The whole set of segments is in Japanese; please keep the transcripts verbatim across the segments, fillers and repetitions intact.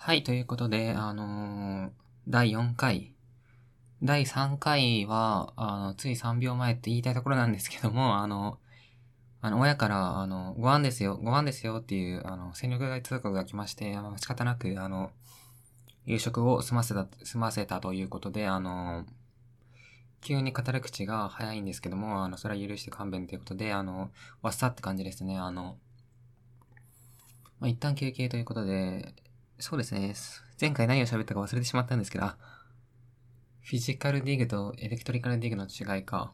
はい、ということで、あのーだいよんかい。だいさんかいは、あの、ついさんびょうまえって言いたいところなんですけども、あの、あの、親から、あの、ご飯ですよ、ご飯ですよっていう、あの、戦力外通告が来まして、あの、仕方なく、あの、夕食を済ませた、済ませたということで、あの、急に語り口が早いんですけども、あの、それは許して勘弁ということで、あの、わっさって感じですね。あの、まあ、一旦休憩ということで、そうですね。前回何を喋ったか忘れてしまったんですけど、あ、フィジカルディグとエレクトリカルディグの違いか。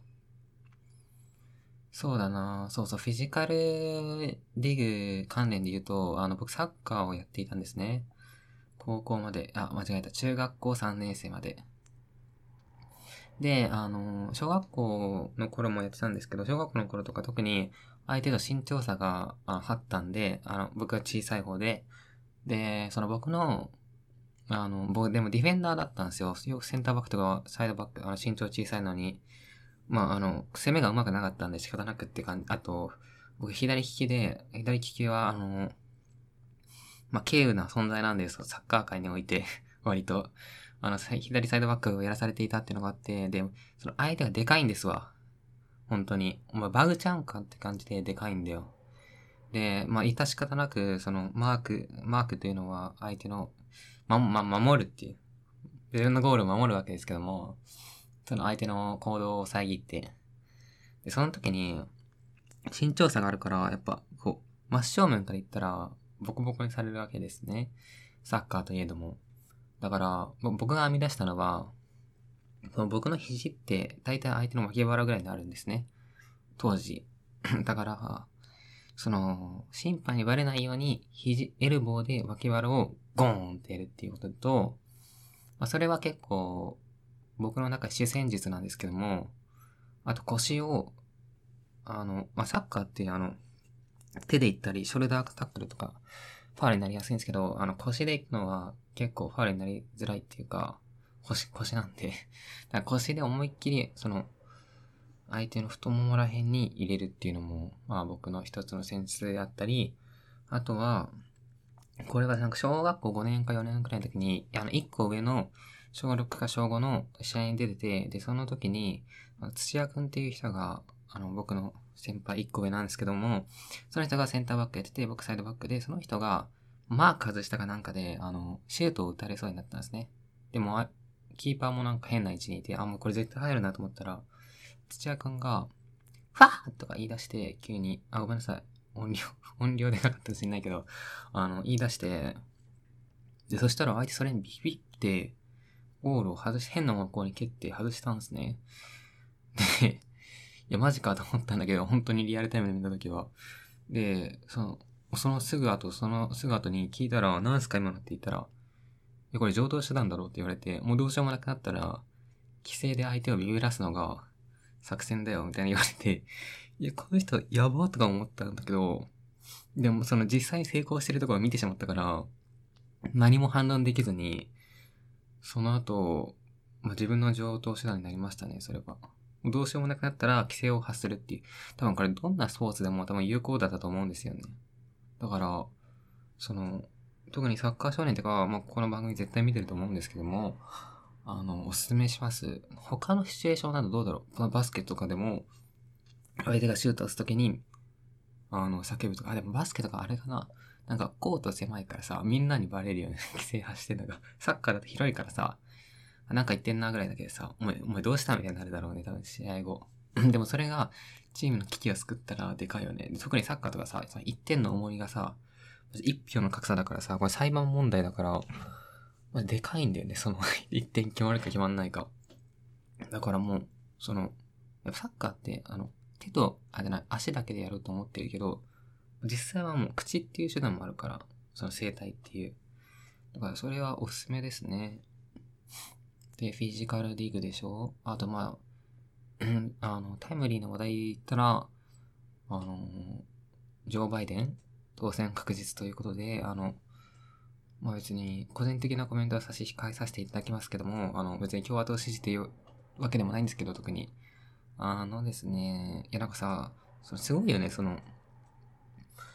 そうだなそうそう、フィジカルディグ関連で言うと、あの、僕サッカーをやっていたんですね。高校まで、あ、間違えた。中学校さんねん生まで。で、あの、小学校の頃もやってたんですけど、小学校の頃とか特に相手と身長差がああったんで、あの、僕が小さい方で、で、その僕の、あの、僕でもディフェンダーだったんですよ。よくセンターバックとかサイドバック、あの身長小さいのに、まあ、あの、攻めが上手くなかったんで仕方なくって感じ。あと、僕左利きで、左利きは、あの、まあ、軽有な存在なんですよ。サッカー界において、割と。あの、左サイドバックをやらされていたっていうのがあって、で、その相手がでかいんですわ。本当に。お前バグちゃんかって感じででかいんだよ。で、まあ、致し方なく、その、マーク、マークというのは相手の、ま、ま、守るっていう。自分のゴールを守るわけですけども、その相手の行動を遮って、で、その時に、身長差があるから、やっぱ、こう、真正面から言ったら、ボコボコにされるわけですね。サッカーといえども。だから、僕が編み出したのは、その僕の肘って、大体相手の脇腹ぐらいになるんですね。当時。だから、その、審判にバレないように、肘、エルボーで脇腹をゴーンってやるっていうことと、まあ、それは結構、僕の中で主戦術なんですけども、あと腰を、あの、まあ、サッカーってあの、手で行ったり、ショルダータックルとか、ファールになりやすいんですけど、あの、腰で行くのは結構ファールになりづらいっていうか、腰、腰なんで。だから腰で思いっきり、その、相手の太ももら辺に入れるっていうのも、まあ僕の一つの戦術であったり、あとは、これがなんか小学校ごねんかよねんくらいの時に、あの、いっこ上の小ろくか小ごの試合に出てて、で、その時に、土屋くんっていう人が、あの、僕の先輩いっこ上なんですけども、その人がセンターバックやってて、僕サイドバックで、その人が、マーク外したかなんかで、あの、シュートを打たれそうになったんですね。でも、キーパーもなんか変な位置にいて、あ、もうこれ絶対入るなと思ったら、土屋くんが、ファーとか言い出して、急に、あ、ごめんなさい。音量、音量でかかったかもしれないけど、あの、言い出して、で、そしたら相手それにビビって、ゴールを外し、変な方向に蹴って外したんですね。で、いや、マジかと思ったんだけど、本当にリアルタイムで見たときは。で、その、そのすぐ後、そのすぐ後に聞いたら、何すか今のって言ったら、いや、これ上等手段だろうって言われて、もうどうしようもなくなったら、規制で相手をビビらすのが作戦だよ、みたいに言われて、いや、この人やばとか思ったんだけど、でもその実際に成功してるところを見てしまったから、何も判断できずに、その後、まあ、自分の上等手段になりましたね、それは。どうしようもなくなったら規制を発するっていう。多分これどんなスポーツでも多分有効だったと思うんですよね。だから、その、特にサッカー少年とかは、まあ、この番組絶対見てると思うんですけども、あの、おすすめします。他のシチュエーションなどどうだろう、このバスケとかでも、相手がシュートを打つときに、あの、叫ぶとか、あ、でもバスケとかあれかな。なんかコート狭いからさ、みんなにバレるように規制発してんのが、サッカーだと広いからさ、なんか言ってんなぐらいだけどさ、お前、お前どうしたみたいになるだろうね、多分試合後。でもそれが、チームの危機を救ったらでかいよね。特にサッカーとかさ、いってんの重みがさ、いち票の格差だからさ、これ裁判問題だから、まあ、でかいんだよね、そのいってん決まるか決まんないか。だからもう、その、サッカーって、あの、手と、あ、じゃない、足だけでやろうと思ってるけど、実際はもう口っていう手段もあるから、その生体っていう。だからそれはおすすめですね。で、フィジカルリーグでしょ。あとまあ、あの、タイムリーな話題言ったら、あの、ジョー・バイデン当選確実ということで、あの、まあ別に個人的なコメントは差し控えさせていただきますけども、あの別に共和党支持というわけでもないんですけど、特に。あのですね、いやなんかさ、それすごいよね、その、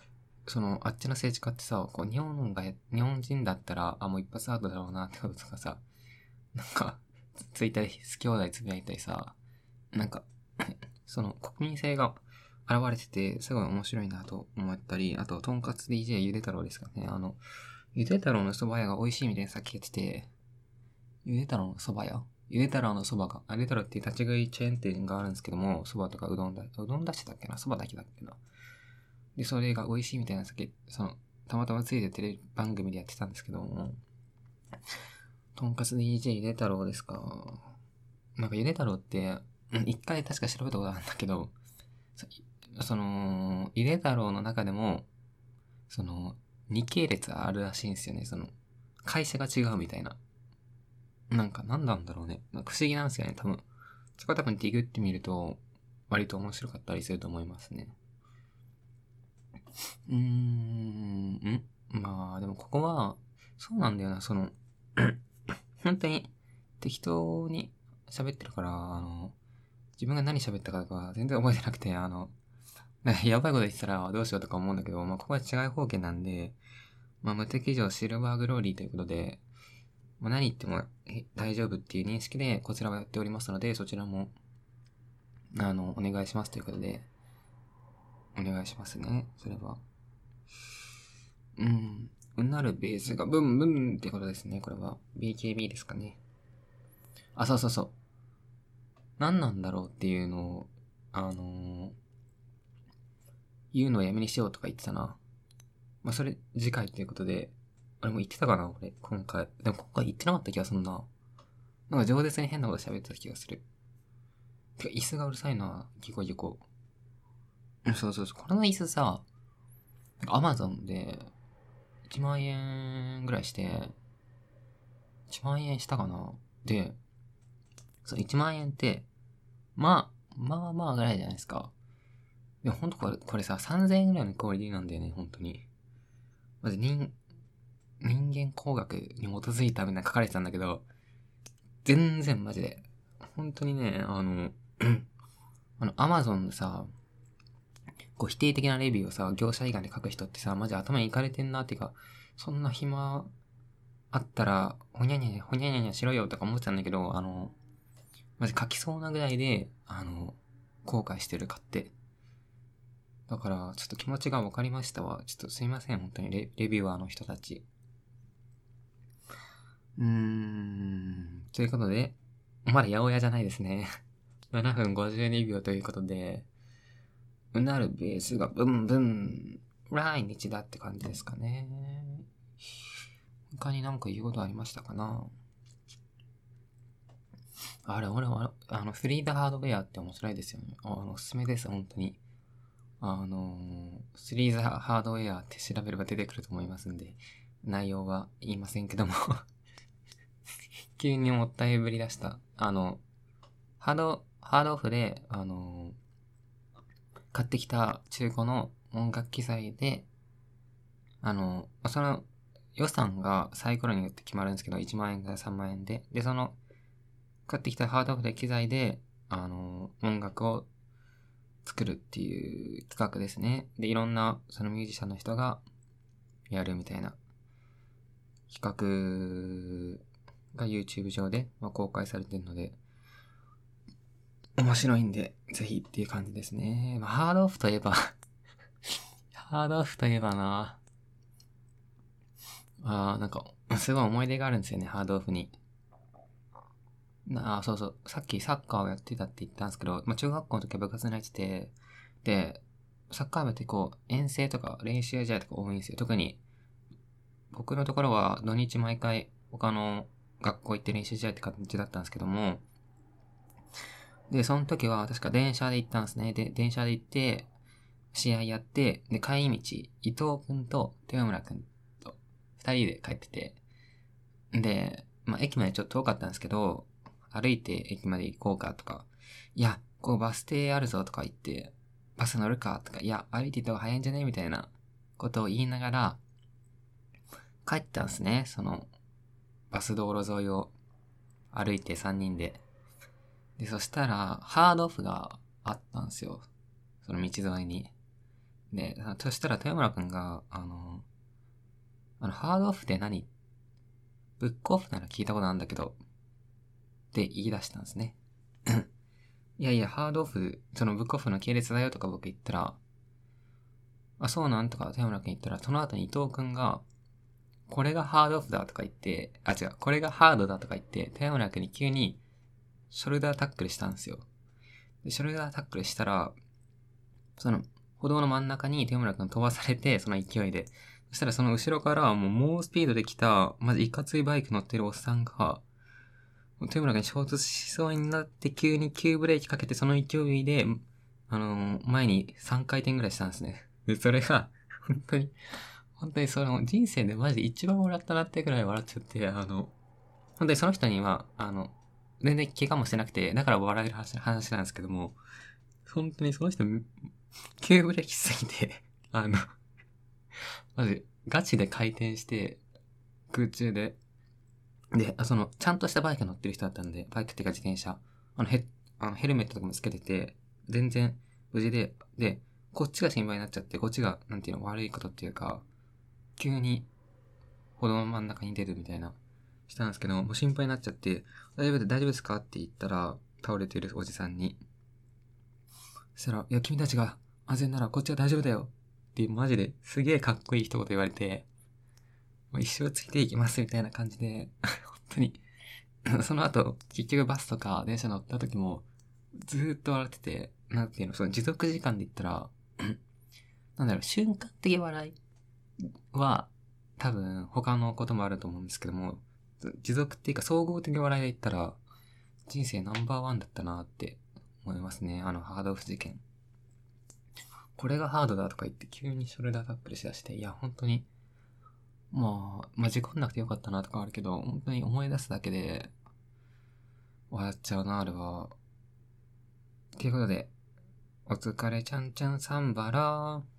その、あっちの政治家ってさ、こう、日本が、日本人だったら、あ、もう一発アウトだろうなってこととかさ、なんか、ツイッターで好き放題つぶやいたりさ、なんか、その、国民性が現れてて、すごい面白いなと思ったり、あと、とんかつ ディージェー ゆで太郎ですかね。あの、ゆで太郎の蕎麦屋が美味しいみたいなさっき言ってて、ゆで太郎の蕎麦屋ゆで太郎の蕎麦が、あ、ゆで太郎っていう立ち食いチェーン店があるんですけども、蕎麦とかうどんだ、うどん出してたっけな蕎麦だけだっけなで、それが美味しいみたいなさっき、その、たまたまついてテレビ番組でやってたんですけども、とんかつ ディージェー ゆで太郎ですか。なんかゆで太郎って、一回確か調べたことあるんだけど、そその、ゆで太郎の中でも、その、二系列あるらしいんですよね。その、会社が違うみたいな。なんか何なんだろうね。なんか不思議なんですよね、多分。そこは多分ディグってみると、割と面白かったりすると思いますね。うーん、んまあ、でもここは、そうなんだよな、その、本当に適当に喋ってるから、あの、自分が何喋ったかとか全然覚えてなくて、あの、やばいこと言ってたらどうしようとか思うんだけど、まあ、ここは違い方形なんで、まあ、無敵以上シルバーグローリーということで、まあ、何言っても大丈夫っていう認識でこちらはやっておりますので、そちらも、あの、お願いしますということで、お願いしますね、それは。うん。うなるベースがブンブンってことですね、これは。ビーケービー ですかね。あ、そうそうそう。何なんだろうっていうのを、あのー、言うのをやめにしようとか言ってたな。まあ、それ、次回ということで、あれも言ってたかな俺、今回。でも今回言ってなかった気がするな。なんか饒舌に変なこと喋ってた気がする。てか、椅子がうるさいな。ギコギコ。そうそうそう。この椅子さ、アマゾンで、いちまん円ぐらいして、いちまん円したかなで、そう、いちまん円って、まあ、まあまあぐらいじゃないですか。でもほんとこれ、これさ、さんぜんえんぐらいのクオリティなんだよね、本当に。まず人、人間工学に基づいたみたいな書かれてたんだけど、全然マジで。本当にね、あの、あの、アマゾンのさ、こう否定的なレビューをさ、業者以外で書く人ってさ、マジ頭にいかれてんなっていうか、そんな暇あったら、ほにゃにゃにゃ、ほにゃにゃにゃしろよとか思ってたんだけど、あの、マジ書きそうなぐらいで、あの、後悔してる買って。だから、ちょっと気持ちが分かりましたわ。ちょっとすいません、本当にレ、レビュアーの人たち。うーん、ということで、まだ八百屋じゃないですね。ななふんごじゅうにびょうということで、うなるベースがブンブン、来日だって感じですかね。他になんか言うことありましたかなあれ、俺は、あの、フリーダハードウェアって面白いですよね。あの、おすすめです、本当に。あのー、スリーザハードウェアって調べれば出てくると思いますんで、内容は言いませんけども急にもったいぶり出した。あの、ハード、ハードオフで、あのー、買ってきた中古の音楽機材で、あのー、その予算がサイコロによって決まるんですけど、いちまん円からさんまん円で、で、その、買ってきたハードオフで機材で、あのー、音楽を作るっていう企画ですね。で、いろんなそのミュージシャンの人がやるみたいな企画が YouTube 上で公開されてるので、面白いんで、ぜひっていう感じですね。まあ、ハードオフといえばハードオフといえばなあーなんか、すごい思い出があるんですよね、ハードオフに。なあ、そうそう。さっきサッカーをやってたって言ったんですけど、まあ、中学校の時は部活に入ってて、で、サッカー部ってこう、遠征とか練習試合とか多いんですよ。特に、僕のところは土日毎回他の学校行って練習試合って感じだったんですけども、で、その時は確か電車で行ったんですね。で、電車で行って、試合やって、で、帰り道、伊藤くんと豊村くんと二人で帰ってて、で、まあ、駅までちょっと遠かったんですけど、歩いて駅まで行こうかとか、いや、こうバス停あるぞとか言って、バス乗るかとか、いや、歩いて行った方が早いんじゃねみたいなことを言いながら、帰ったんですね。その、バス道路沿いを歩いてさんにんで。で、そしたら、ハードオフがあったんですよ。その道沿いに。 で、そしたら豊村くんが、あの、あの、ハードオフって何？ブックオフなら聞いたことあるんだけど、って言い出したんですね。いやいや、ハードオフ、そのブックオフの系列だよとか僕言ったら、あ、そうなんとか豊村くん言ったら、その後に伊藤くんが、これがハードオフだとか言って、あ、違う、これがハードだとか言って、豊村くんに急に、ショルダータックルしたんですよ。で、ショルダータックルしたら、その、歩道の真ん中に豊村くん飛ばされて、その勢いで。そしたらその後ろからもう猛スピードで来た、まずいかついバイク乗ってるおっさんが、豊村くんに衝突しそうになって急に急ブレーキかけてその勢いで、あのー、前にさんかい転ぐらいしたんですね。で、それが、本当に、本当にその人生でマジで一番笑ったなってくらい笑っちゃって、あの、本当にその人には、あの、全然怪我もしてなくて、だから笑える話話なんですけども、本当にその人、急ブレーキしすぎて、あの、マジ、ガチで回転して、空中で、で、その、ちゃんとしたバイク乗ってる人だったんで、バイクっていうか自転車、あの、ヘあのヘルメットとかもつけてて、全然無事で、で、こっちが心配になっちゃって、こっちが、なんていうの、悪いことっていうか、急に歩道の真ん中に出るみたいな、したんですけど、もう心配になっちゃって、大丈夫で、大丈夫ですかって言ったら、倒れてるおじさんに。そしたら、いや、君たちが安全ならこっちは大丈夫だよっていう、マジですげえかっこいい一言言われて、もう一生ついていきますみたいな感じで、本当に、その後、結局バスとか電車乗った時も、ずーっと笑ってて、なんていうの、その持続時間で言ったら、なんだろう、瞬間的笑いは、多分他のこともあると思うんですけども、持続っていうか総合的笑いで言ったら、人生ナンバーワンだったなって思いますね。あのハードオフ事件。これがハードだとか言って急にショルダータックルしだして、いや本当に、まあ、まあ事故んなくてよかったなとかあるけど、本当に思い出すだけで、笑っちゃうな、あれは。ということで、お疲れちゃんちゃんサンバラー。